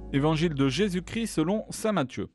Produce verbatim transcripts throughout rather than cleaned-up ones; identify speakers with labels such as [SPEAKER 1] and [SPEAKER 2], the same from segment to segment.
[SPEAKER 1] Évangile de Jésus-Christ selon saint Matthieu.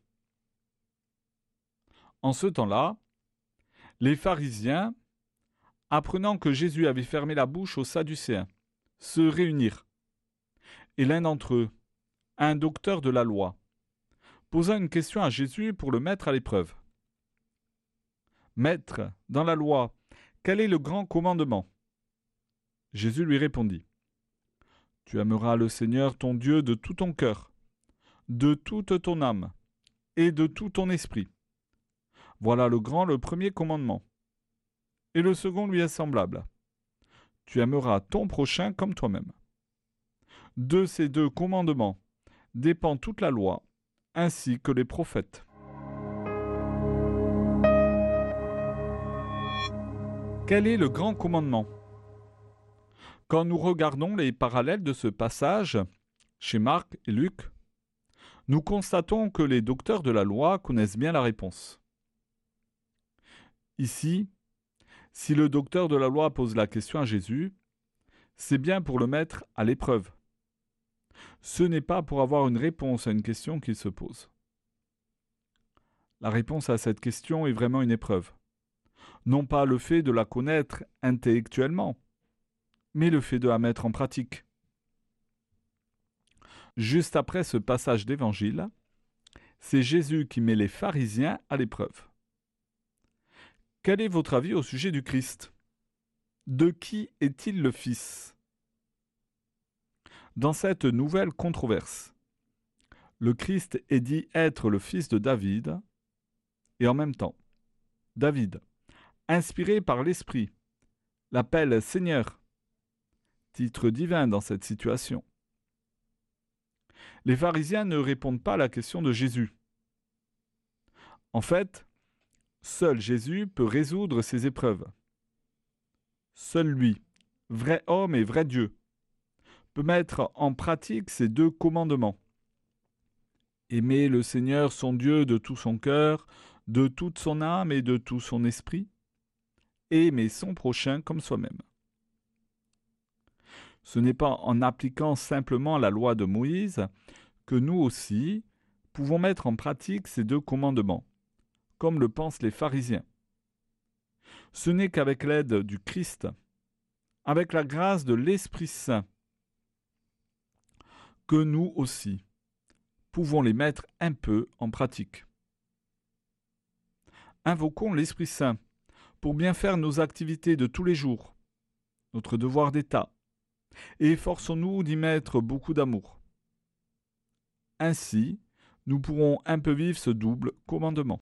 [SPEAKER 1] En ce temps-là, les pharisiens, apprenant que Jésus avait fermé la bouche aux Sadducéens, se réunirent. Et l'un d'entre eux, un docteur de la loi, posa une question à Jésus pour le mettre à l'épreuve. Maître, dans la loi, quel est le grand commandement ? Jésus lui répondit. Tu aimeras le Seigneur ton Dieu de tout ton cœur, de toute ton âme et de tout ton esprit. Voilà le grand, le premier commandement. Et le second lui est semblable. Tu aimeras ton prochain comme toi-même. De ces deux commandements dépend toute la loi, ainsi que les prophètes. Quel est le grand commandement ? Quand nous regardons les parallèles de ce passage, chez Marc et Luc, nous constatons que les docteurs de la loi connaissent bien la réponse. Ici, si le docteur de la loi pose la question à Jésus, c'est bien pour le mettre à l'épreuve. Ce n'est pas pour avoir une réponse à une question qu'il se pose. La réponse à cette question est vraiment une épreuve. Non pas le fait de la connaître intellectuellement, mais le fait de la mettre en pratique. Juste après ce passage d'évangile, c'est Jésus qui met les pharisiens à l'épreuve. Quel est votre avis au sujet du Christ ? De qui est-il le Fils ? Dans cette nouvelle controverse, le Christ est dit être le fils de David, et en même temps, David, inspiré par l'Esprit, l'appelle Seigneur, titre divin dans cette situation. Les pharisiens ne répondent pas à la question de Jésus. En fait, seul Jésus peut résoudre ces épreuves. Seul lui, vrai homme et vrai Dieu, peut mettre en pratique ces deux commandements. Aimer le Seigneur son Dieu de tout son cœur, de toute son âme et de tout son esprit, et aimer son prochain comme soi-même. Ce n'est pas en appliquant simplement la loi de Moïse que nous aussi pouvons mettre en pratique ces deux commandements, comme le pensent les pharisiens. Ce n'est qu'avec l'aide du Christ, avec la grâce de l'Esprit Saint, que nous aussi pouvons les mettre un peu en pratique. Invoquons l'Esprit Saint pour bien faire nos activités de tous les jours, notre devoir d'État, et efforçons-nous d'y mettre beaucoup d'amour. Ainsi, nous pourrons un peu vivre ce double commandement.